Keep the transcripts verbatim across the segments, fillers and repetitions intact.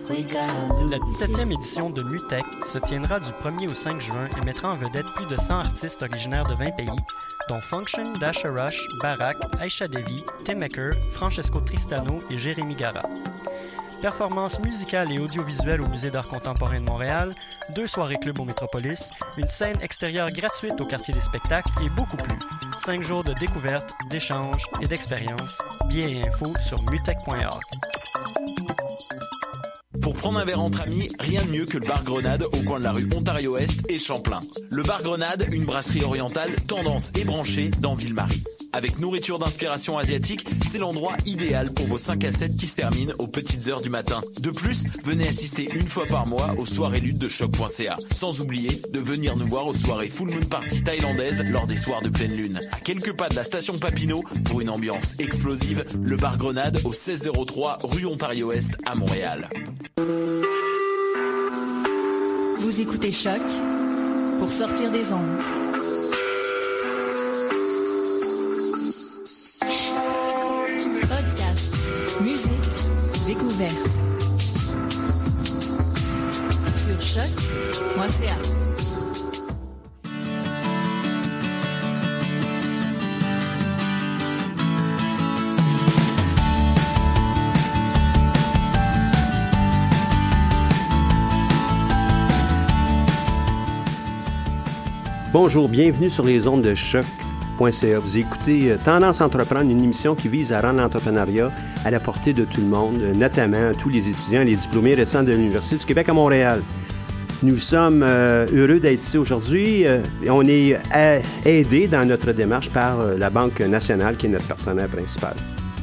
La dix-septième édition de MUTEC se tiendra du premier au cinq juin et mettra en vedette plus de cent artistes originaires de vingt pays, dont Function, Dasha Rush, Barak, Aisha Devi, Tim Maker, Francesco Tristano et Jérémy Gara. Performances musicales et audiovisuelles au Musée d'art contemporain de Montréal, deux soirées club au Métropolis, une scène extérieure gratuite au quartier des spectacles et beaucoup plus. Cinq jours de découvertes, d'échanges et d'expériences. Billets et infos sur mutec point org. Pour prendre un verre entre amis, rien de mieux que le bar Grenade au coin de la rue Ontario-Est et Champlain. Le bar Grenade, une brasserie orientale tendance et branchée dans Ville-Marie. Avec nourriture d'inspiration asiatique, c'est l'endroit idéal pour vos cinq à sept qui se terminent aux petites heures du matin. De plus, venez assister une fois par mois aux soirées luttes de choc point c a. Sans oublier de venir nous voir aux soirées Full Moon Party thaïlandaises lors des soirs de pleine lune. À quelques pas de la station Papineau, pour une ambiance explosive, le bar Grenade au seize zéro trois rue Ontario-Est à Montréal. Vous écoutez Choc pour sortir des ondes. Podcast, musique, découverte. Sur choc point c a. Bonjour, bienvenue sur les ondes de choc point c a. Vous écoutez Tendance Entreprendre, une émission qui vise à rendre l'entrepreneuriat à la portée de tout le monde, notamment à tous les étudiants et les diplômés récents de l'Université du Québec à Montréal. Nous sommes euh, heureux d'être ici aujourd'hui. Euh, on est a- aidés dans notre démarche par euh, la Banque nationale, qui est notre partenaire principal.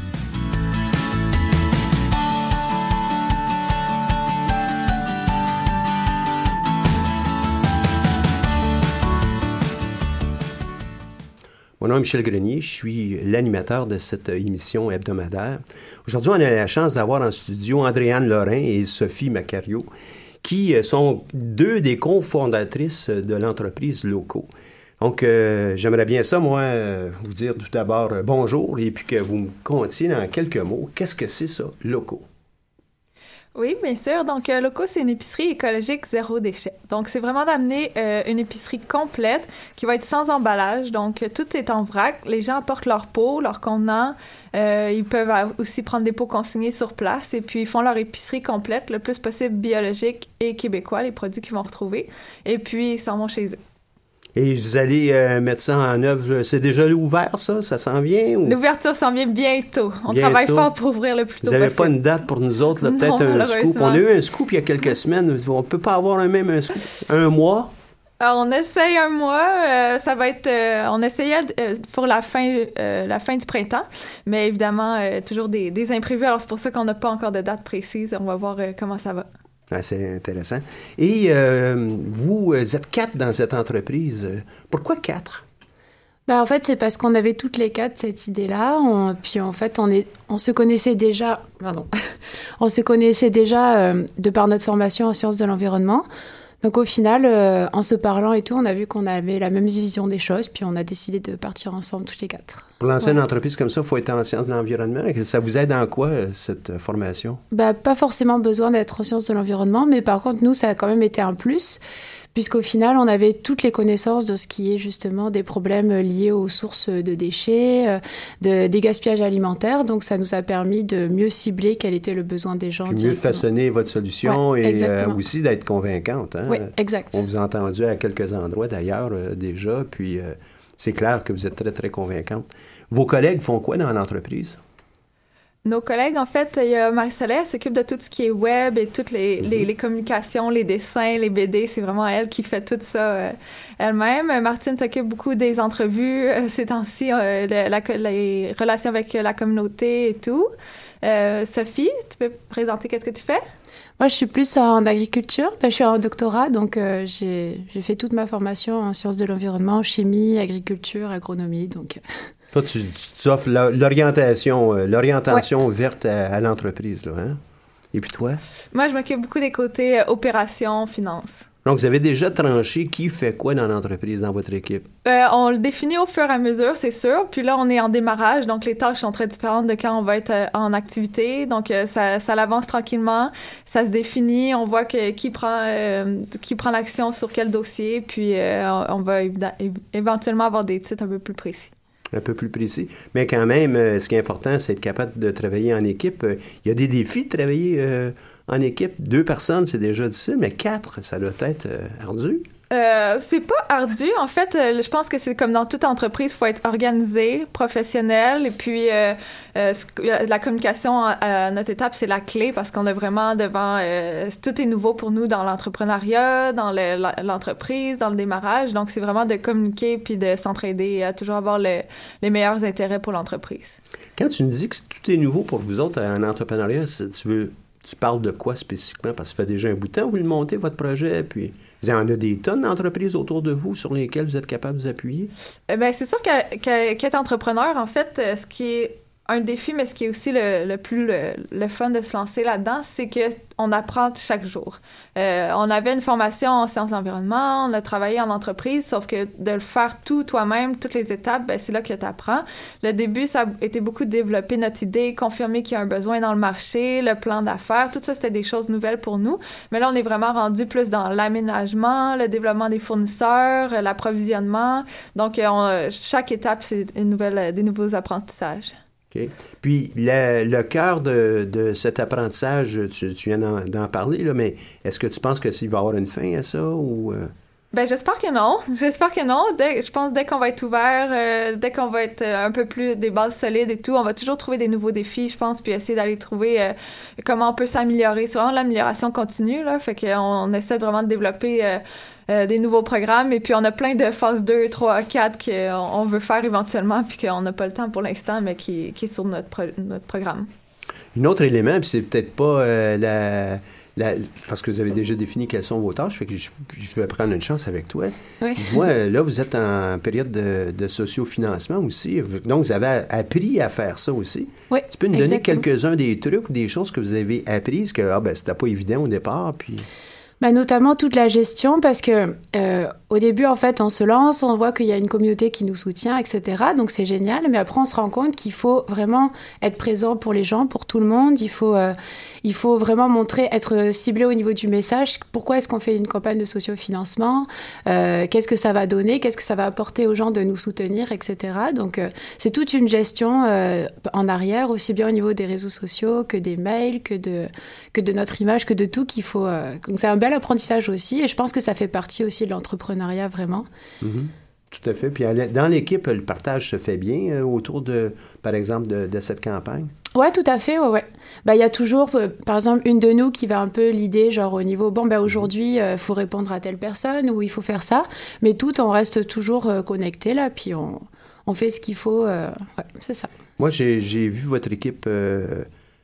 Mon nom est Michel Grenier, je suis l'animateur de cette émission hebdomadaire. Aujourd'hui, on a la chance d'avoir en studio Andréane Lorrain et Sophie Macario, qui sont deux des cofondatrices de l'entreprise Loco. Donc, euh, j'aimerais bien ça, moi, euh, vous dire tout d'abord euh, bonjour et puis que vous me contiez dans quelques mots. Qu'est-ce que c'est ça, Loco? Oui, bien sûr. Donc, euh, Loco, c'est une épicerie écologique zéro déchet. Donc, c'est vraiment d'amener euh, une épicerie complète qui va être sans emballage. Donc, euh, tout est en vrac. Les gens apportent leur pot, leur contenant. Euh, ils peuvent aussi prendre des pots consignés sur place et puis ils font leur épicerie complète, le plus possible biologique et québécois, les produits qu'ils vont retrouver. Et puis, ils s'en vont chez eux. Et vous allez euh, mettre ça en œuvre. C'est déjà ouvert, ça? Ça s'en vient? Ou... L'ouverture s'en vient bientôt. On bientôt. travaille fort pour ouvrir le plus tôt possible. Vous n'avez pas possible. une date pour nous autres? Là, peut-être Non, un scoop. On a eu un scoop il y a quelques semaines. On ne peut pas avoir un même un scoop. Un mois? Alors, on essaye un mois. Euh, ça va être... Euh, on essayait euh, pour la fin, euh, la fin du printemps. Mais évidemment, euh, toujours des, des imprévus. Alors, c'est pour ça qu'on n'a pas encore de date précise. On va voir euh, comment ça va. Ah, c'est intéressant. Et euh, vous êtes quatre dans cette entreprise. Pourquoi quatre? Ben, en fait, c'est parce qu'on avait toutes les quatre cette idée-là. On, puis en fait, on, est, on se connaissait déjà... Pardon. on se connaissait déjà euh, de par notre formation en sciences de l'environnement. Donc au final, euh, en se parlant et tout, on a vu qu'on avait la même vision des choses, puis on a décidé de partir ensemble tous les quatre. Pour lancer ouais. une entreprise comme ça, il faut être en sciences de l'environnement. Ça vous aide en quoi, cette formation? Ben, pas forcément besoin d'être en sciences de l'environnement, mais par contre, nous, ça a quand même été un plus, puisqu'au final, on avait toutes les connaissances de ce qui est justement des problèmes liés aux sources de déchets, de, des gaspillages alimentaires. Donc, ça nous a permis de mieux cibler quel était le besoin des gens. Puis mieux façonner votre solution ouais, et euh, aussi d'être convaincante. Hein? Oui, exact. On vous a entendu à quelques endroits d'ailleurs euh, déjà, puis euh, c'est clair que vous êtes très, très convaincante. Vos collègues font quoi dans l'entreprise? Nos collègues, en fait, il y a Marie-Soleil, elle s'occupe de tout ce qui est web et toutes les, mm-hmm. les, les communications, les dessins, les B D. C'est vraiment elle qui fait tout ça euh, elle-même. Martine s'occupe beaucoup des entrevues euh, ces temps-ci, euh, la, la, les relations avec la communauté et tout. Euh, Sophie, tu peux présenter qu'est-ce que tu fais? Moi, je suis plus en agriculture. Ben, je suis en doctorat, donc euh, j'ai, j'ai fait toute ma formation en sciences de l'environnement, chimie, agriculture, agronomie, donc... Toi, tu, tu offres l'orientation, l'orientation ouais. verte à, à l'entreprise, là, hein? Et puis toi? Moi, je m'occupe beaucoup des côtés euh, opérations, finances. Donc, vous avez déjà tranché qui fait quoi dans l'entreprise, dans votre équipe? Euh, on le définit au fur et à mesure, c'est sûr. Puis là, on est en démarrage, donc les tâches sont très différentes de quand on va être euh, en activité. Donc, euh, ça, ça l'avance tranquillement, ça se définit, on voit que, qui prend euh, qui prend l'action sur quel dossier, puis euh, on va évi- éventuellement avoir des titres un peu plus précis. Un peu plus précis. Mais quand même, euh, ce qui est important, c'est être capable de travailler en équipe. Euh, il y a des défis de travailler euh, en équipe. Deux personnes, c'est déjà difficile, mais quatre, ça doit être euh, ardu. Euh, c'est pas ardu. En fait, euh, je pense que c'est comme dans toute entreprise, il faut être organisé, professionnel, et puis euh, euh, la communication à, à notre étape, c'est la clé parce qu'on est vraiment devant... Euh, tout est nouveau pour nous dans l'entrepreneuriat, dans le, la, l'entreprise, dans le démarrage. Donc, c'est vraiment de communiquer puis de s'entraider et à toujours avoir le, les meilleurs intérêts pour l'entreprise. Quand tu nous dis que tout est nouveau pour vous autres en entrepreneuriat, tu veux... Tu parles de quoi spécifiquement? Parce que ça fait déjà un bout de temps que vous le montez, votre projet, puis il y en a des tonnes d'entreprises autour de vous sur lesquelles vous êtes capable de vous appuyer? Euh, bien, c'est sûr que, que, qu'être entrepreneur, en fait, ce qui est un défi, mais ce qui est aussi le, le plus le, le fun de se lancer là-dedans, c'est qu'on apprend chaque jour. Euh, on avait une formation en sciences de l'environnement, on a travaillé en entreprise, sauf que de le faire tout toi-même, toutes les étapes, ben, c'est là que tu apprends. Le début, ça a été beaucoup de développer notre idée, confirmer qu'il y a un besoin dans le marché, le plan d'affaires, tout ça, c'était des choses nouvelles pour nous. Mais là, on est vraiment rendu plus dans l'aménagement, le développement des fournisseurs, l'approvisionnement. Donc, on, chaque étape, c'est une nouvelle, des nouveaux apprentissages. OK. Puis, le, le cœur de, de cet apprentissage, tu, tu viens d'en, d'en parler, là, mais est-ce que tu penses que s'il va y avoir une fin à ça ou... Euh... Ben j'espère que non. J'espère que non. Dès, je pense dès qu'on va être ouvert, euh, dès qu'on va être un peu plus des bases solides et tout, on va toujours trouver des nouveaux défis, je pense, puis essayer d'aller trouver euh, comment on peut s'améliorer. C'est vraiment l'amélioration continue, là. Fait qu'on on essaie vraiment de développer... Euh, Euh, des nouveaux programmes, et puis on a plein de phases deux, trois, quatre qu'on veut faire éventuellement, puis qu'on n'a pas le temps pour l'instant, mais qui, qui est sur notre, pro- notre programme. Un autre élément, puis c'est peut-être pas euh, la, la... Parce que vous avez déjà défini quelles sont vos tâches, fait que je, je vais prendre une chance avec toi. Oui. Dis-moi, là, vous êtes en période de, de sociofinancement aussi, donc vous avez appris à faire ça aussi. Oui, tu peux nous donner exactement. quelques-uns des trucs ou des choses que vous avez apprises, que ah, ben, c'était pas évident au départ, puis... Bah, notamment toute la gestion, parce que euh, au début, en fait, on se lance, on voit qu'il y a une communauté qui nous soutient, et cetera. Donc, c'est génial. Mais après, on se rend compte qu'il faut vraiment être présent pour les gens, pour tout le monde. Il faut, euh, il faut vraiment montrer, être ciblé au niveau du message. Pourquoi est-ce qu'on fait une campagne de sociofinancement? euh, Qu'est-ce que ça va donner? Qu'est-ce que ça va apporter aux gens de nous soutenir, et cetera. Donc, euh, c'est toute une gestion euh, en arrière, aussi bien au niveau des réseaux sociaux que des mails, que de, que de notre image, que de tout qu'il faut... Euh, donc, c'est un bel apprentissage aussi, et je pense que ça fait partie aussi de l'entrepreneuriat, vraiment. Mm-hmm. Tout à fait. Puis dans l'équipe, le partage se fait bien euh, autour de, par exemple, de, de cette campagne? Oui, tout à fait, ouais, ouais. Ben, y a toujours, euh, par exemple, une de nous qui va un peu l'idée, genre au niveau, bon, ben, aujourd'hui, il euh, faut répondre à telle personne, ou il faut faire ça, mais tout, on reste toujours euh, connecté, là, puis on, on fait ce qu'il faut, euh, ouais, c'est ça. Moi, j'ai, j'ai vu votre équipe... Euh,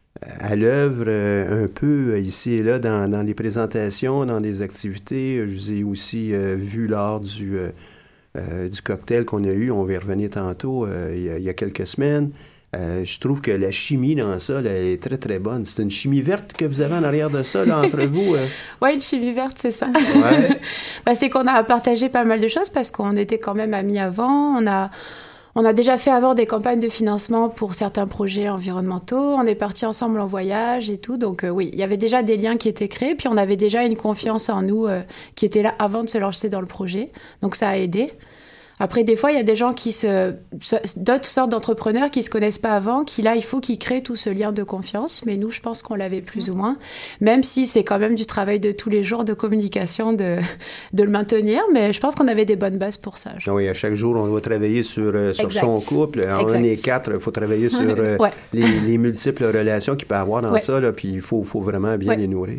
à l'œuvre euh, un peu ici et là dans, dans les présentations, dans des activités. Je vous ai aussi euh, vu lors du, euh, euh, du cocktail qu'on a eu, on va y revenir tantôt, euh, il, y a, il y a quelques semaines. Euh, je trouve que la chimie dans ça, là, elle est très, très bonne. C'est une chimie verte que vous avez en arrière de ça, là, entre vous? Euh... Oui, une chimie verte, c'est ça. Ouais. Ben, c'est qu'on a partagé pas mal de choses parce qu'on était quand même amis avant. On a... On a déjà fait avant des campagnes de financement pour certains projets environnementaux. On est partis ensemble en voyage et tout. Donc euh, oui, il y avait déjà des liens qui étaient créés. Puis on avait déjà une confiance en nous euh, qui était là avant de se lancer dans le projet. Donc ça a aidé. Après, des fois, il y a des gens qui se... d'autres sortes d'entrepreneurs qui se connaissent pas avant, qui là, il faut qu'ils créent tout ce lien de confiance. Mais nous, je pense qu'on l'avait plus ou moins. Même si c'est quand même du travail de tous les jours de communication, de, de le maintenir. Mais je pense qu'on avait des bonnes bases pour ça. Ah oui, à chaque jour, on doit travailler sur, euh, sur son couple. On est quatre, il faut travailler sur euh, ouais. les, les multiples relations qu'il peut y avoir dans ouais. ça. Là, puis il faut, faut vraiment bien ouais. les nourrir.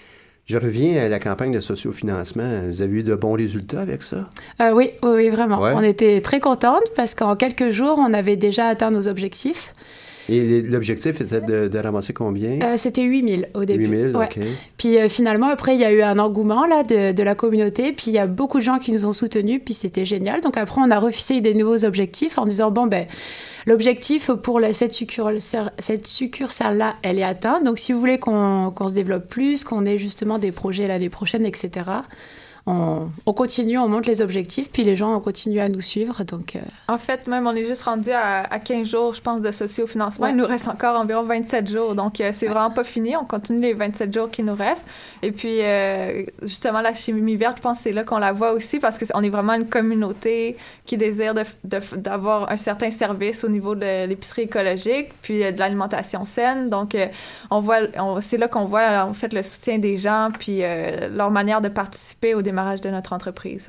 Je reviens à la campagne de sociofinancement. Vous avez eu de bons résultats avec ça? Euh, oui, oui, oui, vraiment. Ouais. On était très contentes parce qu'en quelques jours, on avait déjà atteint nos objectifs. Et l'objectif était de, de ramasser combien? Euh, c'était huit mille au début. huit mille, ouais. OK. Puis euh, finalement, après, il y a eu un engouement là, de, de la communauté. Puis il y a beaucoup de gens qui nous ont soutenus. Puis c'était génial. Donc après, on a refixé des nouveaux objectifs en disant, bon, ben, l'objectif pour la, cette, succursale, cette succursale-là, elle est atteinte. Donc si vous voulez qu'on, qu'on se développe plus, qu'on ait justement des projets l'année prochaine, et cetera, on, on continue, on monte les objectifs, puis les gens on continue à nous suivre. Donc, euh... En fait, même, on est juste rendu à, à quinze jours, je pense, de sociofinancement. Ouais. Il nous reste encore environ vingt-sept jours. Donc, euh, c'est ouais. vraiment pas fini. On continue les vingt-sept jours qui nous restent. Et puis, euh, justement, la chimie verte, je pense que c'est là qu'on la voit aussi parce qu'on est vraiment une communauté qui désire de, de, d'avoir un certain service au niveau de l'épicerie écologique, puis euh, de l'alimentation saine. Donc, euh, on voit, on, c'est là qu'on voit, en fait, le soutien des gens, puis euh, leur manière de participer au démarrage de notre entreprise.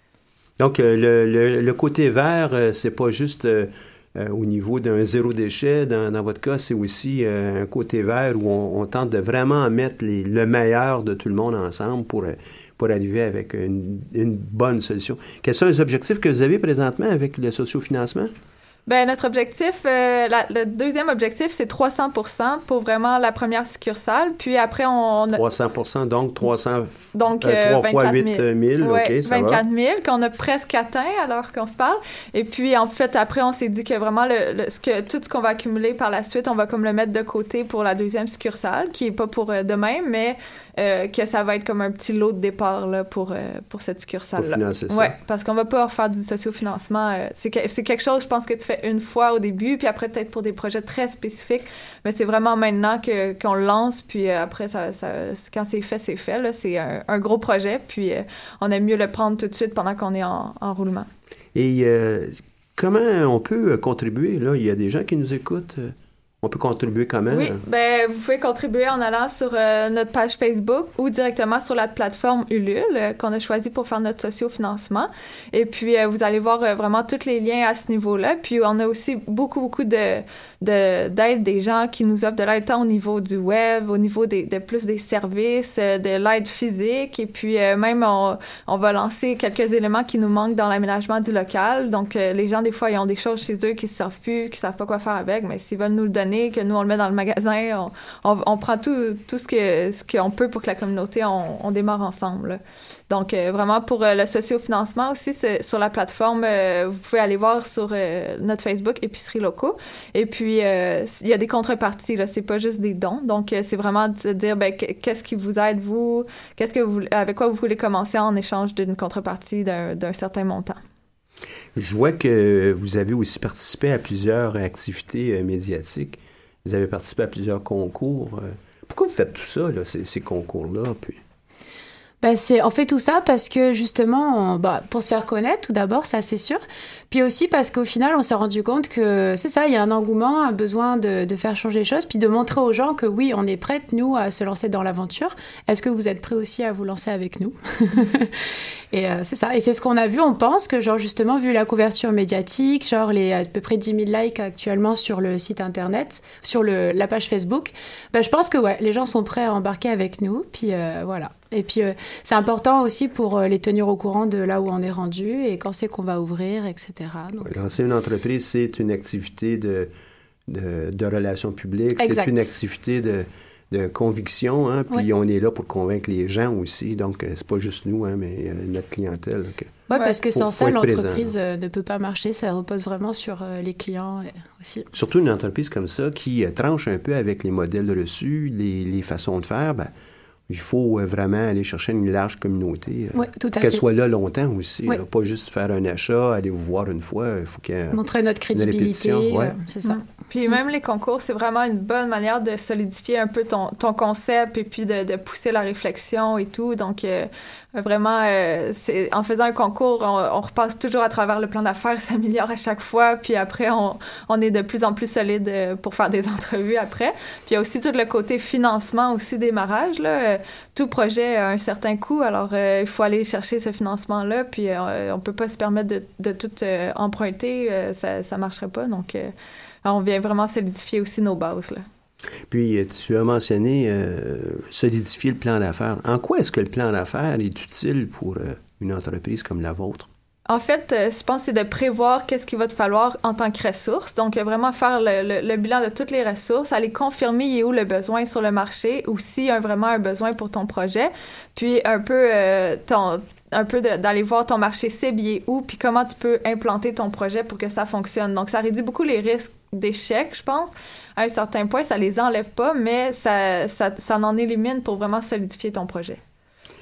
Donc, euh, le, le, le côté vert, euh, c'est pas juste euh, euh, au niveau d'un zéro déchet. Dans, dans votre cas, c'est aussi euh, un côté vert où on, on tente de vraiment mettre les, le meilleur de tout le monde ensemble pour, pour arriver avec une, une bonne solution. Quels sont les objectifs que vous avez présentement avec le sociofinancement? Bien, notre objectif, euh, la, le deuxième objectif, c'est trois cents pour cent pour vraiment la première succursale. Puis après, on... on a... trois cents pour cent, donc trois cents... Donc, euh, trois fois huit mille, ouais, OK, ça vingt-quatre va. mille, qu'on a presque atteint alors qu'on se parle. Et puis, en fait, après, on s'est dit que vraiment, le, le, ce que, tout ce qu'on va accumuler par la suite, on va comme le mettre de côté pour la deuxième succursale, qui n'est pas pour euh, demain, mais euh, que ça va être comme un petit lot de départ là, pour, euh, pour cette succursale-là. Pour financer ça. Oui, parce qu'on ne va pas refaire du sociofinancement. Euh, c'est, que, c'est quelque chose, je pense, que tu fais une fois au début, puis après, peut-être pour des projets très spécifiques. Mais c'est vraiment maintenant que, qu'on le lance, puis euh, après, ça, ça, quand c'est fait, c'est fait. Là. C'est un, un gros projet, puis euh, on aime mieux le prendre tout de suite pendant qu'on est en, en roulement. Et euh, comment on peut contribuer? Là, il y a des gens qui nous écoutent. On peut contribuer comment? Oui, ben vous pouvez contribuer en allant sur euh, notre page Facebook ou directement sur la plateforme Ulule euh, qu'on a choisi pour faire notre sociofinancement. Et puis, euh, vous allez voir euh, vraiment tous les liens à ce niveau-là. Puis, on a aussi beaucoup, beaucoup de, de, d'aide des gens qui nous offrent de l'aide tant au niveau du web, au niveau des, de plus des services, euh, de l'aide physique. Et puis, euh, même, on, on va lancer quelques éléments qui nous manquent dans l'aménagement du local. Donc, euh, les gens, des fois, ils ont des choses chez eux qui ne se servent plus, qui ne savent pas quoi faire avec. Mais s'ils veulent nous le donner, que nous, on le met dans le magasin, on, on, on prend tout, tout ce, que, ce qu'on peut pour que la communauté, on, on démarre ensemble. Donc, euh, vraiment, pour euh, le sociofinancement aussi, c'est, sur la plateforme, euh, vous pouvez aller voir sur euh, notre Facebook Épicerie Locaux. Et puis, euh, il y a des contreparties, là, c'est pas juste des dons. Donc, euh, c'est vraiment de dire, ben, qu'est-ce qui vous aide, vous, qu'est-ce que vous, avec quoi vous voulez commencer en échange d'une contrepartie d'un, d'un certain montant. Je vois que vous avez aussi participé à plusieurs activités euh, médiatiques. Vous avez participé à plusieurs concours. Euh, pourquoi vous faites tout ça, là, ces, ces concours-là? Puis... Ben c'est, on fait tout ça parce que, justement, on, bah, pour se faire connaître, tout d'abord, ça, c'est sûr. Puis aussi parce qu'au final, on s'est rendu compte que, c'est ça, il y a un engouement, un besoin de, de faire changer les choses, puis de montrer aux gens que, oui, on est prête, nous, à se lancer dans l'aventure. Est-ce que vous êtes prêts aussi à vous lancer avec nous? Et euh, c'est ça. Et c'est ce qu'on a vu. On pense que, genre, justement, vu la couverture médiatique, genre les à peu près dix mille likes actuellement sur le site Internet, sur le, la page Facebook, ben, je pense que, ouais, les gens sont prêts à embarquer avec nous. Puis euh, voilà. Et puis, euh, c'est important aussi pour euh, les tenir au courant de là où on est rendu et quand c'est qu'on va ouvrir, et cetera. Donc... Lancer une entreprise, c'est une activité de, de, de relations publiques. Exact. C'est une activité de, de conviction. Hein, puis oui. On est là pour convaincre les gens aussi. Donc, c'est pas juste nous, hein, mais euh, notre clientèle. Oui, ouais, parce que sans ça, l'entreprise euh, ne peut pas marcher. Ça repose vraiment sur euh, les clients euh, aussi. Surtout une entreprise comme ça qui euh, tranche un peu avec les modèles reçus, les, les façons de faire. Ben, il faut vraiment aller chercher une large communauté. Oui, tout à fait. Qu'elle soit là longtemps aussi. Oui. Là, pas juste faire un achat, aller vous voir une fois. Il faut qu'il y ait montrer notre crédibilité. Ouais. Euh, c'est ça. Mmh. Puis même les concours, c'est vraiment une bonne manière de solidifier un peu ton, ton concept et puis de, de pousser la réflexion et tout. Donc, euh, vraiment, euh, c'est, en faisant un concours, on, on repasse toujours à travers le plan d'affaires, s'améliore à chaque fois. Puis après, on, on est de plus en plus solide pour faire des entrevues après. Puis il y a aussi tout le côté financement aussi, démarrage, là. Tout projet a un certain coût, alors euh, il faut aller chercher ce financement-là, puis euh, on peut pas se permettre de, de tout euh, emprunter, euh, ça ça marcherait pas, donc euh, on vient vraiment solidifier aussi nos bases, là. Puis tu as mentionné euh, solidifier le plan d'affaires. En quoi est-ce que le plan d'affaires est utile pour euh, une entreprise comme la vôtre? En fait, euh, je pense que c'est de prévoir qu'est-ce qu'il va te falloir en tant que ressources. Donc, euh, vraiment faire le, le, le bilan de toutes les ressources, aller confirmer il est où le besoin sur le marché ou s'il y a vraiment un besoin pour ton projet. Puis, un peu, euh, ton, un peu de, d'aller voir ton marché cible, il est où, puis comment tu peux implanter ton projet pour que ça fonctionne. Donc, ça réduit beaucoup les risques d'échec, je pense. À un certain point, ça les enlève pas, mais ça, ça, ça en élimine pour vraiment solidifier ton projet.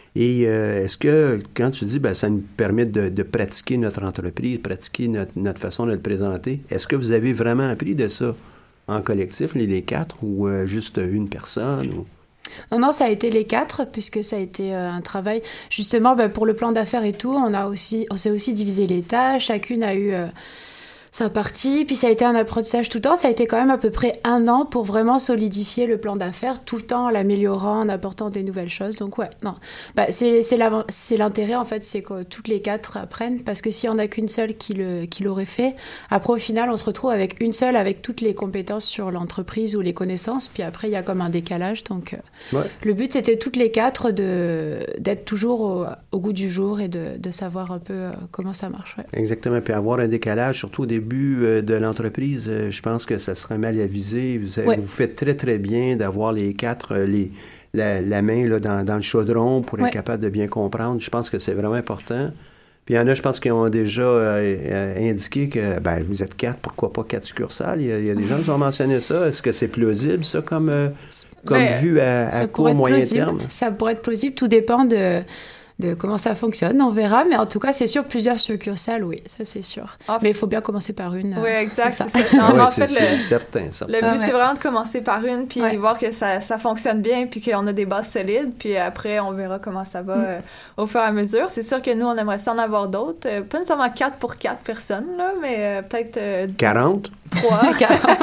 Et euh, est-ce que, quand tu dis, ben, ça nous permet de, de pratiquer notre entreprise, pratiquer notre, notre façon de le présenter, est-ce que vous avez vraiment appris de ça en collectif, les, les quatre, ou euh, juste une personne? Ou... Non, non, ça a été les quatre, puisque ça a été euh, un travail. Justement, ben, pour le plan d'affaires et tout, on, a aussi, on s'est aussi divisé les tâches. Chacune a eu... Euh, sa partie, puis ça a été un apprentissage tout le temps. Ça a été quand même à peu près un an pour vraiment solidifier le plan d'affaires, tout le temps en l'améliorant, en apportant des nouvelles choses. Donc ouais, non. Bah, c'est, c'est, c'est l'intérêt, en fait, c'est que toutes les quatre apprennent, parce que s'il n'y en a qu'une seule qui, le, qui l'aurait fait, après, au final, on se retrouve avec une seule, avec toutes les compétences sur l'entreprise ou les connaissances, puis après, il y a comme un décalage. Donc, ouais. Le but, c'était toutes les quatre de, d'être toujours au, au goût du jour et de, de savoir un peu euh, comment ça marche. Ouais. Exactement, puis avoir un décalage, surtout au début de l'entreprise, je pense que ça serait mal avisé. Vous, avez, ouais. vous faites très, très bien d'avoir les quatre, les, la, la main là, dans, dans le chaudron pour ouais. être capable de bien comprendre. Je pense que c'est vraiment important. Puis il y en a, je pense, qui ont déjà euh, indiqué que, ben, vous êtes quatre, pourquoi pas quatre succursales? Il y a, il y a des gens qui ont mentionné ça. Est-ce que c'est plausible, ça, comme, euh, comme ben, vue à, à court, moyen plausible. terme? Ça pourrait être plausible. Tout dépend de... de comment ça fonctionne, on verra, mais en tout cas, c'est sûr, plusieurs succursales, oui, ça c'est sûr. En mais il faut bien commencer par une. Oui, exact, c'est ça. C'est ça. Non, ouais, en c'est, fait, c'est le, certain, certain. Le but, ah, ouais. c'est vraiment de commencer par une, puis ouais. voir que ça, ça fonctionne bien, puis qu'on a des bases solides, puis après, on verra comment ça va mm. euh, au fur et à mesure. C'est sûr que nous, on aimerait ça en avoir d'autres, euh, pas nécessairement quatre pour quatre personnes, là, mais euh, peut-être... Euh, quarante? Trois. quarante.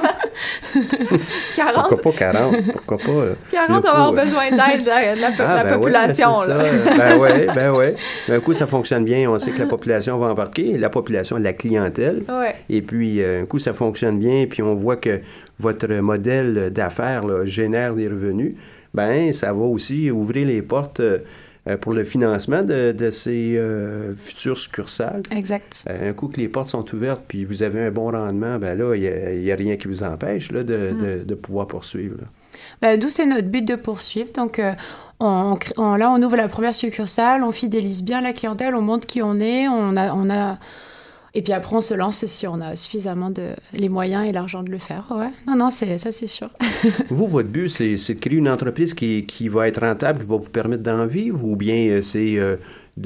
quarante. Pourquoi pas quarante? Pourquoi pas? Là, quarante, on va avoir besoin d'aide de la, la, ah, la ben population. Ouais, là. ben oui, ben oui. D'un coup, ça fonctionne bien. On sait que la population va embarquer. La population, la clientèle. Ouais. Et puis, euh, un coup, ça fonctionne bien. Puis, on voit que votre modèle d'affaires là, génère des revenus. Ben, ça va aussi ouvrir les portes... Euh, pour le financement de, de ces euh, futures succursales. Exact. Euh, un coup que les portes sont ouvertes puis vous avez un bon rendement, ben là, il n'y a, a rien qui vous empêche là, de, mm. de, de pouvoir poursuivre. Là. Ben, d'où c'est notre but de poursuivre. Donc, euh, on, on, là, on ouvre la première succursale, on fidélise bien la clientèle, on montre qui on est, on a... On a et puis après, on se lance si on a suffisamment de les moyens et l'argent de le faire. Ouais. Non, non, c'est, ça, c'est sûr. Vous, votre but, c'est, c'est de créer une entreprise qui, qui va être rentable, qui va vous permettre d'en vivre, ou bien c'est euh,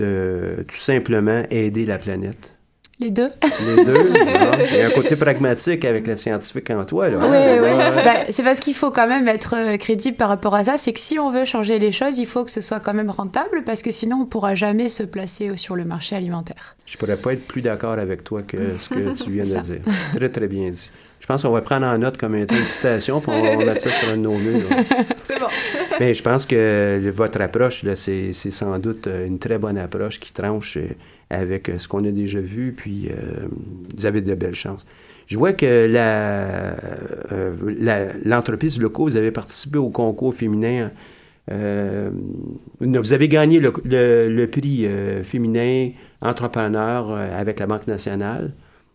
de tout simplement aider la planète? Les deux. Les deux. Ah, il y a un côté pragmatique avec la scientifique en toi. Là. Oui, hein? oui. Ouais. Ben, c'est parce qu'il faut quand même être euh, crédible par rapport à ça. C'est que si on veut changer les choses, il faut que ce soit quand même rentable, parce que sinon, on ne pourra jamais se placer sur le marché alimentaire. Je ne pourrais pas être plus d'accord avec toi que ce que tu viens de dire. Très, très bien dit. Je pense qu'on va prendre en note comme une citation, puis on va mettre ça sur un de nos murs. C'est bon. Mais je pense que votre approche, là, c'est, c'est sans doute une très bonne approche qui tranche avec ce qu'on a déjà vu, puis euh, vous avez de belles chances. Je vois que la, euh, la, l'entreprise Loco, vous avez participé au concours féminin. Euh, vous avez gagné le, le, le prix euh, féminin entrepreneur euh, avec la Banque nationale.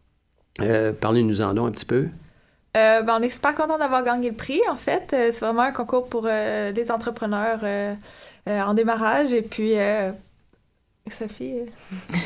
Euh, parlez-nous-en donc un petit peu. Euh, ben, on est super content d'avoir gagné le prix, en fait. Euh, c'est vraiment un concours pour euh, les entrepreneurs euh, euh, en démarrage. Et puis, euh, Sophie... Euh...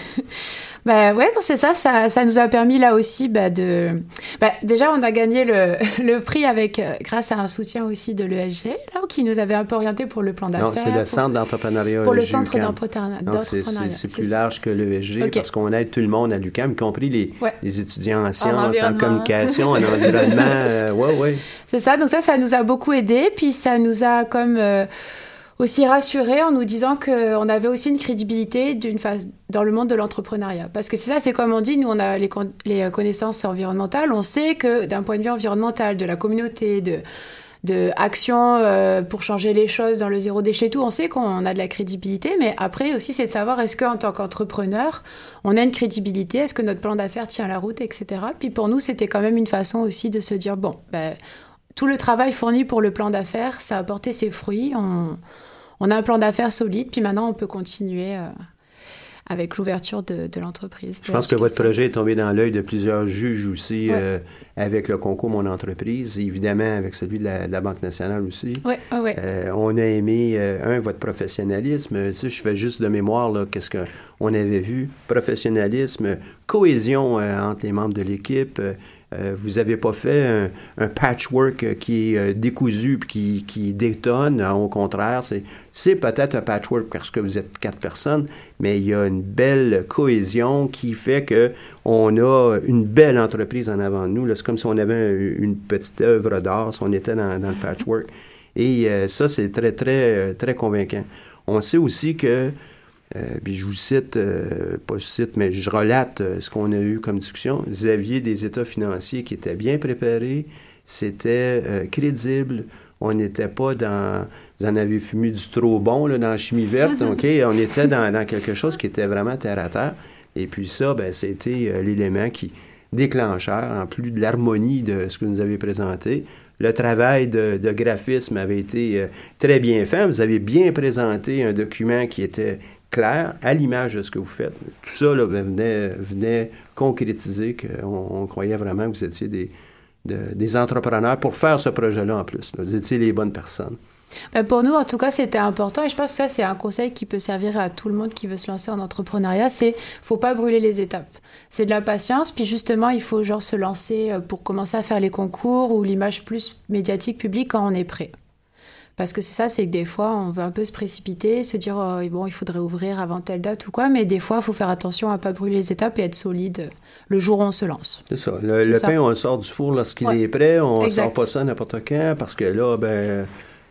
Ben ouais, c'est ça, ça, ça nous a permis là aussi bah, de... Bah, déjà, on a gagné le, le prix avec, euh, grâce à un soutien aussi de l'E S G, là, qui nous avait un peu orienté pour le plan d'affaires. Non, c'est le centre d'entrepreneuriat. Pour le centre d'entrepreneuriat. Non, c'est, c'est, c'est plus large que l'E S G, okay. Parce qu'on aide tout le monde à l'U Q A M, y compris les, ouais. les étudiants en sciences, en, en communication, en environnement. Euh, ouais, ouais. C'est ça, donc ça, ça nous a beaucoup aidé, puis ça nous a comme... Euh, aussi rassurés en nous disant qu'on avait aussi une crédibilité d'une phase dans le monde de l'entrepreneuriat. Parce que c'est ça, c'est comme on dit, nous, on a les, con- les connaissances environnementales, on sait que d'un point de vue environnemental, de la communauté, de, de action euh, pour changer les choses dans le zéro déchet, tout, on sait qu'on a de la crédibilité, mais après aussi, c'est de savoir est-ce qu'en tant qu'entrepreneur, on a une crédibilité, est-ce que notre plan d'affaires tient la route, et cetera. Puis pour nous, c'était quand même une façon aussi de se dire, bon, ben, tout le travail fourni pour le plan d'affaires, ça a porté ses fruits, on... On a un plan d'affaires solide, puis maintenant, on peut continuer euh, avec l'ouverture de, de l'entreprise. Je pense que votre projet est tombé dans l'œil de plusieurs juges aussi, ouais. euh, avec le concours Mon Entreprise, évidemment avec celui de la, de la Banque nationale aussi. Oui, oui, oui. Euh, on a aimé, euh, un, votre professionnalisme. Tu sais, je fais juste de mémoire, là, qu'est-ce qu'on avait vu. Professionnalisme, cohésion euh, entre les membres de l'équipe, euh, Euh, vous n'avez pas fait un, un patchwork qui est euh, décousu puis qui, qui détonne. Au contraire, c'est, c'est peut-être un patchwork parce que vous êtes quatre personnes, mais il y a une belle cohésion qui fait que on a une belle entreprise en avant de nous. Là, c'est comme si on avait une petite œuvre d'art, si on était dans, dans le patchwork. Et euh, ça, c'est très, très, très convaincant. On sait aussi que Euh, puis je vous cite, euh, pas je cite, mais je relate euh, ce qu'on a eu comme discussion. Vous aviez des états financiers qui étaient bien préparés, c'était euh, crédible, on n'était pas dans... Vous en avez fumé du trop bon là, dans la chimie verte, OK? On était dans, dans quelque chose qui était vraiment terre à terre. Et puis ça, ben, c'était euh, l'élément qui déclencheur, en plus de l'harmonie de ce que vous avez présenté. Le travail de, de graphisme avait été euh, très bien fait. Vous avez bien présenté un document qui était clair, à l'image de ce que vous faites. Tout ça là, venait, venait concrétiser qu'on on croyait vraiment que vous étiez des, de, des entrepreneurs pour faire ce projet-là en plus. Là. Vous étiez les bonnes personnes. Ben pour nous, en tout cas, c'était important et je pense que ça, c'est un conseil qui peut servir à tout le monde qui veut se lancer en entrepreneuriat, c'est faut pas brûler les étapes. C'est de la patience, puis justement, il faut genre se lancer pour commencer à faire les concours ou l'image plus médiatique publique quand on est prêt. Parce que c'est ça, c'est que des fois, on veut un peu se précipiter, se dire, oh, bon, il faudrait ouvrir avant telle date ou quoi, mais des fois, il faut faire attention à ne pas brûler les étapes et être solide le jour où on se lance. C'est ça. Le, c'est le ça. Pain, on le sort du four lorsqu'il ouais. est prêt, on ne sort pas ça n'importe quand, parce que là, ben,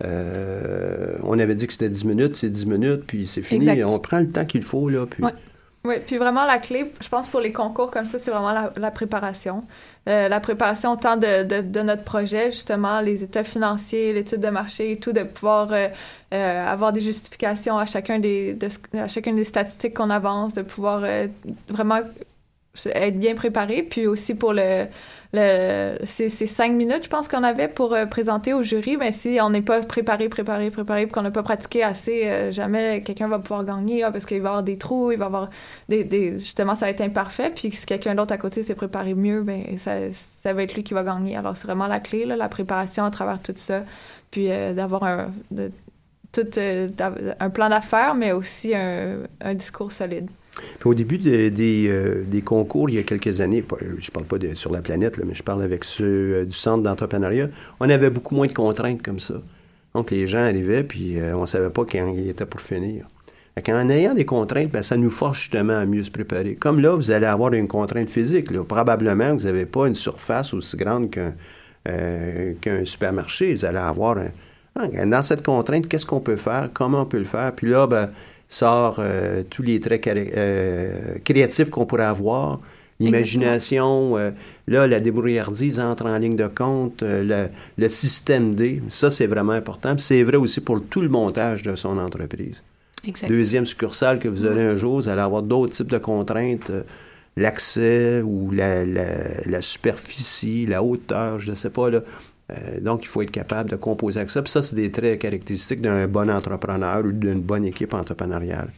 euh, on avait dit que c'était dix minutes, c'est dix minutes, puis c'est fini. Exact. On prend le temps qu'il faut, là, puis... Ouais. Oui, puis vraiment, la clé, je pense, pour les concours comme ça, c'est vraiment la, la préparation. Euh, la préparation autant de, de, de notre projet, justement, les états financiers, l'étude de marché et tout, de pouvoir euh, euh, avoir des justifications à chacun des, de, à chacune des statistiques qu'on avance, de pouvoir euh, vraiment être bien préparé. Puis aussi pour le... Le, c'est, c'est cinq minutes, je pense, qu'on avait pour euh, présenter au jury. Mais si on n'est pas préparé, préparé, préparé, puis qu'on n'a pas pratiqué assez, euh, jamais quelqu'un va pouvoir gagner, ah, parce qu'il va y avoir des trous, il va y avoir des, des... Justement, ça va être imparfait. Puis si quelqu'un d'autre à côté s'est préparé mieux, ben ça, ça va être lui qui va gagner. Alors, c'est vraiment la clé, là, la préparation à travers tout ça. Puis euh, d'avoir un, de, tout, euh, un plan d'affaires, mais aussi un, un discours solide. Puis au début de, des, euh, des concours, il y a quelques années, pas, je parle pas de, sur la planète, là, mais je parle avec ceux euh, du centre d'entrepreneuriat, on avait beaucoup moins de contraintes comme ça. Donc les gens arrivaient, puis euh, on savait pas quand ils étaient pour finir. Fait en ayant des contraintes, ben, ça nous force justement à mieux se préparer. Comme là, vous allez avoir une contrainte physique. Là. Probablement, vous n'avez pas une surface aussi grande qu'un, euh, qu'un supermarché. Vous allez avoir un... Ah, dans cette contrainte, qu'est-ce qu'on peut faire? Comment on peut le faire? Puis là, ben... sort euh, tous les traits carré- euh, créatifs qu'on pourrait avoir, l'imagination, euh, là, la débrouillardise entre en ligne de compte, euh, le, le système D, ça, c'est vraiment important. Puis c'est vrai aussi pour tout le montage de son entreprise. Exact. Deuxième succursale que vous aurez un jour, vous allez avoir d'autres types de contraintes, euh, l'accès ou la, la, la superficie, la hauteur, je ne sais pas, là. Euh, donc, il faut être capable de composer avec ça. Puis ça, c'est des traits caractéristiques d'un bon entrepreneur ou d'une bonne équipe entrepreneuriale.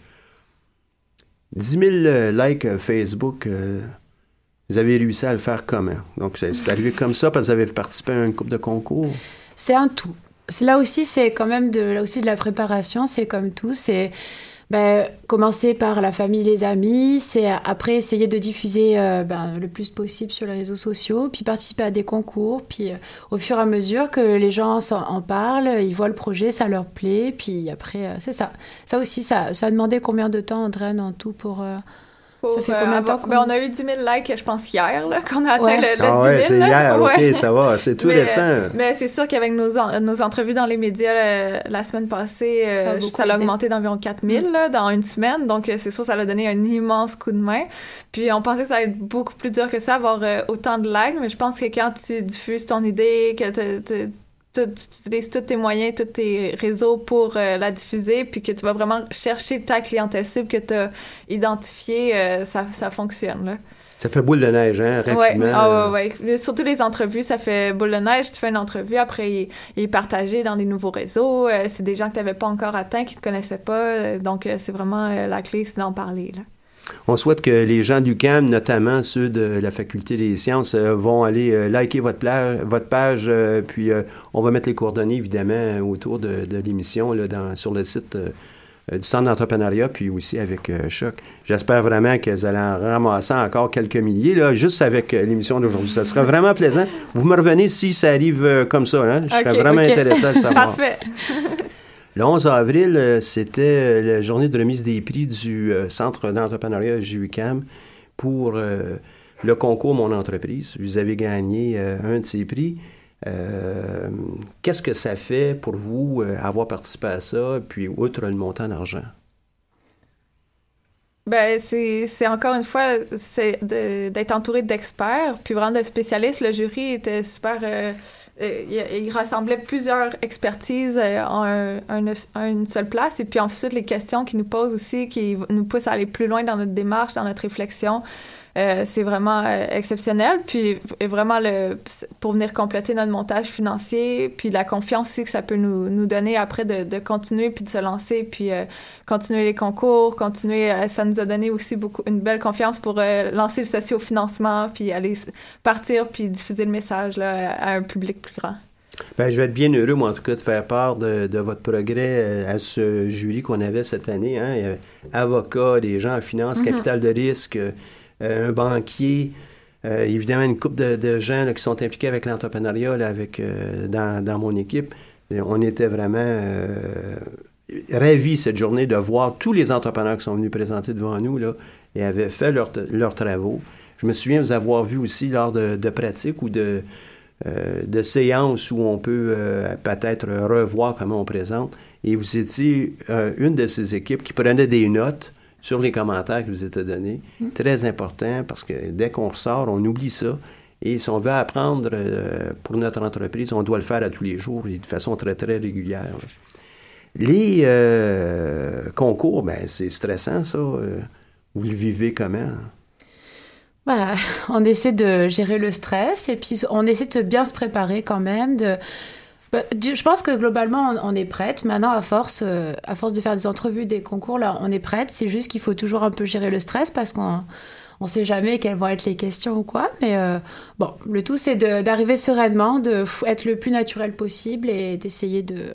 dix mille euh, likes euh, Facebook, euh, vous avez réussi à le faire comment? Donc, c'est, c'est arrivé comme ça parce que vous avez participé à une couple de concours? C'est un tout. C'est, là aussi, c'est quand même de, là aussi de la préparation. C'est comme tout. C'est... Ben, commencer par la famille, les amis, c'est après essayer de diffuser euh, ben, le plus possible sur les réseaux sociaux, puis participer à des concours, puis euh, au fur et à mesure que les gens en parlent, ils voient le projet, ça leur plaît, puis après, euh, c'est ça. Ça aussi, ça, ça a demandé combien de temps, Andréane, en tout pour... Euh, Pour, ça fait combien de temps? Ben, on a eu dix mille likes, je pense, hier, là, qu'on a atteint ouais. le, le ah ouais, dix mille. C'est hier, ouais. OK, ça va, c'est tout mais, récent. Mais c'est sûr qu'avec nos, nos entrevues dans les médias euh, la semaine passée, euh, ça, a, ça a augmenté d'environ quatre mille mm. là, dans une semaine. Donc, c'est sûr, ça l'a donné un immense coup de main. Puis, on pensait que ça allait être beaucoup plus dur que ça, avoir euh, autant de likes. Mais je pense que quand tu diffuses ton idée, que tu tu utilises tous tes moyens, tous tes réseaux pour euh, la diffuser, puis que tu vas vraiment chercher ta clientèle cible que tu as identifiée, euh, ça, ça fonctionne, là. Ça fait boule de neige, hein, rapidement. Oui, ah, ouais, ouais. Surtout les entrevues, ça fait boule de neige. Tu fais une entrevue, après, il, il est partagé dans des nouveaux réseaux. Euh, c'est des gens que tu n'avais pas encore atteints, qui ne te connaissaient pas. Euh, donc, euh, c'est vraiment euh, la clé, c'est d'en parler, là. On souhaite que les gens du C A M, notamment ceux de la Faculté des sciences, euh, vont aller euh, liker votre, pla- votre page, euh, puis euh, on va mettre les coordonnées, évidemment, autour de, de l'émission là, dans, sur le site euh, euh, du Centre d'entrepreneuriat, puis aussi avec euh, Choc. J'espère vraiment que vous allez en ramasser encore quelques milliers, là, juste avec euh, l'émission d'aujourd'hui. Ça sera vraiment plaisant. Vous me revenez si ça arrive euh, comme ça. Hein? Je serais okay, vraiment okay. intéressé à le savoir. Parfait. Le onze avril, euh, c'était euh, la journée de remise des prix du euh, Centre d'entrepreneuriat J U Q A M pour euh, le concours Mon entreprise. Vous avez gagné euh, un de ces prix. Euh, qu'est-ce que ça fait pour vous euh, avoir participé à ça, puis outre le montant d'argent? Ben, c'est, c'est encore une fois, c'est de, d'être entouré d'experts, puis vraiment de spécialistes. Le jury était super... Euh, euh, il, il rassemblait plusieurs expertises euh, en, un, un, en une seule place. Et puis ensuite, les questions qu'ils nous posent aussi, qui nous poussent à aller plus loin dans notre démarche, dans notre réflexion. Euh, c'est vraiment euh, exceptionnel. Puis vraiment, le, pour venir compléter notre montage financier, puis la confiance aussi que ça peut nous, nous donner après de, de continuer, puis de se lancer, puis euh, continuer les concours, continuer. Euh, ça nous a donné aussi beaucoup, une belle confiance pour euh, lancer le socio-financement, puis aller partir, puis diffuser le message là, à un public plus grand. Bien, je vais être bien heureux, moi, en tout cas, de faire part de, de votre progrès à ce jury qu'on avait cette année. Hein? Euh, avocats, des gens en finance, mm-hmm. capital de risque, euh, un banquier, euh, évidemment une couple de, de gens là, qui sont impliqués avec l'entrepreneuriat là, avec, euh, dans, dans mon équipe. Et on était vraiment euh, ravis cette journée de voir tous les entrepreneurs qui sont venus présenter devant nous là, et avaient fait leurs leurs travaux. Je me souviens vous avoir vu aussi lors de, de pratiques ou de... Euh, de séances où on peut euh, peut-être revoir comment on présente. Et vous étiez euh, une de ces équipes qui prenait des notes sur les commentaires que vous étaient donnés. Mmh. Très important parce que dès qu'on ressort, on oublie ça. Et si on veut apprendre euh, pour notre entreprise, on doit le faire à tous les jours et de façon très, très régulière. Les euh, concours, ben c'est stressant, ça. Vous le vivez comment? Bah, on essaie de gérer le stress et puis on essaie de bien se préparer quand même. De... Bah, je pense que globalement, on, on est prête. Maintenant, à force, euh, à force de faire des entrevues, des concours, là, on est prête. C'est juste qu'il faut toujours un peu gérer le stress parce qu'on on sait jamais quelles vont être les questions ou quoi. Mais euh, bon, le tout, c'est de, d'arriver sereinement, d'être le plus naturel possible et d'essayer de...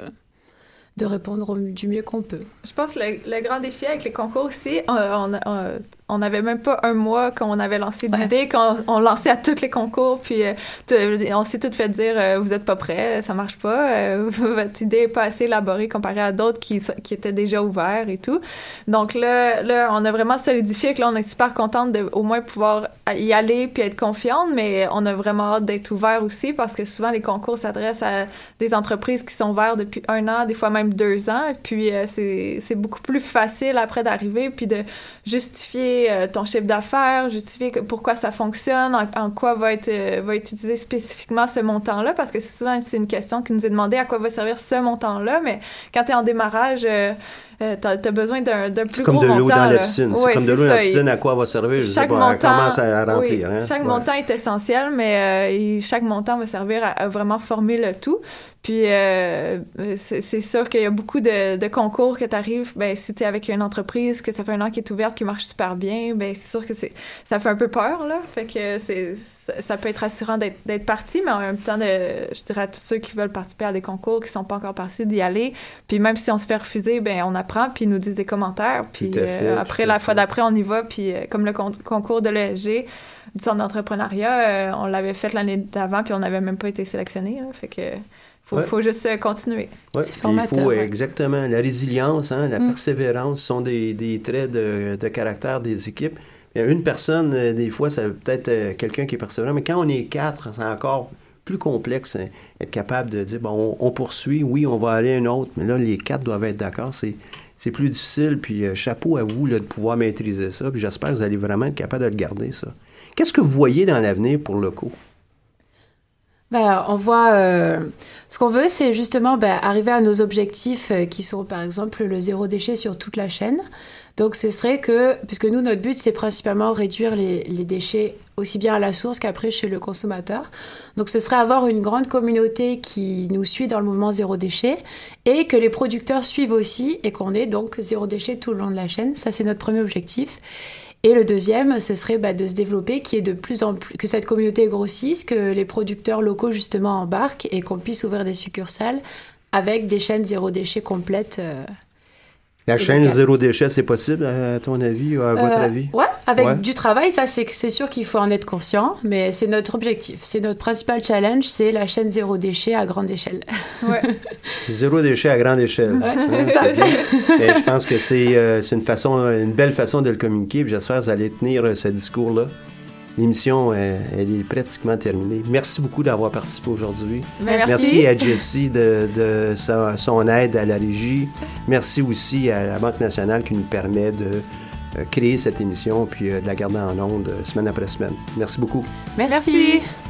de répondre au, du mieux qu'on peut. Je pense que le, le grand défi avec les concours aussi, on, on, on, on n'avait même pas un mois quand on avait lancé l'idée, ouais. quand on, on lançait à tous les concours, puis euh, t- on s'est tout fait dire euh, « vous n'êtes pas prêts, ça marche pas, euh, votre idée n'est pas assez élaborée comparée à d'autres qui, qui étaient déjà ouverts et tout ». Donc là, là, on a vraiment solidifié que là, on est super contente de au moins pouvoir y aller puis être confiante, mais on a vraiment hâte d'être ouvert aussi parce que souvent les concours s'adressent à des entreprises qui sont ouvertes depuis un an, des fois même deux ans, et puis euh, c'est, c'est beaucoup plus facile après d'arriver puis de justifier euh, ton chiffre d'affaires, justifier que, pourquoi ça fonctionne, en, en quoi va être, euh, va être utilisé spécifiquement ce montant-là, parce que souvent c'est une question qui nous est demandée à quoi va servir ce montant-là, mais quand tu es en démarrage, euh, euh, t'as, t'as besoin d'un, d'un plus gros montant. C'est comme de l'eau montant, dans la là. piscine. Ouais, c'est comme de l'eau ça. dans la piscine, à quoi va servir, je chaque sais pas, montant, elle commence à remplir. Oui, hein? Chaque ouais. montant est essentiel, mais euh, chaque montant va servir à, à vraiment former le tout. Puis, euh, c'est, c'est sûr qu'il y a beaucoup de, de concours que tu arrives, ben, si tu es avec une entreprise, que ça fait un an qui est ouverte, qui marche super bien, ben, c'est sûr que c'est, ça fait un peu peur, là. Fait que c'est, ça, ça peut être rassurant d'être, d'être parti, mais en même temps, de, je dirais à tous ceux qui veulent participer à des concours, qui sont pas encore partis, d'y aller. Puis même si on se fait refuser, ben, on apprend, puis ils nous disent des commentaires. Puis fait, euh, après, la fois d'après, on y va. Puis euh, comme le con- concours de l'E S G, du centre d'entrepreneuriat, euh, on l'avait fait l'année d'avant, puis on n'avait même pas été sélectionné. Là, fait que faut, ouais. faut juste continuer. Ouais. C'est formateur. Il faut, ouais. exactement, la résilience, hein, la mm. persévérance sont des, des traits de, de caractère des équipes. Une personne, des fois, ça peut être euh, quelqu'un qui est persévérant, mais quand on est quatre, c'est encore plus complexe, hein, être capable de dire, bon, on, on poursuit, oui, on va aller à un autre, mais là, les quatre doivent être d'accord, c'est, c'est plus difficile, puis euh, chapeau à vous là, de pouvoir maîtriser ça, puis j'espère que vous allez vraiment être capable de le garder, ça. Qu'est-ce que vous voyez dans l'avenir pour Loco? Ben, on voit... Euh, ce qu'on veut, c'est justement ben, arriver à nos objectifs euh, qui sont, par exemple, le zéro déchet sur toute la chaîne. Donc, ce serait que... Puisque nous, notre but, c'est principalement réduire les, les déchets aussi bien à la source qu'après chez le consommateur. Donc, ce serait avoir une grande communauté qui nous suit dans le mouvement zéro déchet et que les producteurs suivent aussi et qu'on ait donc zéro déchet tout le long de la chaîne. Ça, c'est notre premier objectif. Et le deuxième, ce serait bah, de se développer, qu'il y ait de plus en plus, que cette communauté grossisse, que les producteurs locaux justement embarquent et qu'on puisse ouvrir des succursales avec des chaînes zéro déchet complètes. Euh, La chaîne zéro déchet, c'est possible, à ton avis, ou à votre euh, avis? Ouais, avec ouais. du travail, ça, c'est, c'est sûr qu'il faut en être conscient, mais c'est notre objectif. C'est notre principal challenge, c'est la chaîne zéro déchet à grande échelle. Ouais. Zéro déchet à grande échelle. Ouais, ouais, c'est ça. Et je pense que c'est, euh, c'est une façon, une belle façon de le communiquer, puis j'espère que vous allez tenir euh, ce discours-là. L'émission, euh, elle est pratiquement terminée. Merci beaucoup d'avoir participé aujourd'hui. Merci. Merci à Jessie de, de sa, son aide à la régie. Merci aussi à la Banque nationale qui nous permet de euh, créer cette émission puis euh, de la garder en ondes euh, semaine après semaine. Merci beaucoup. Merci. Merci.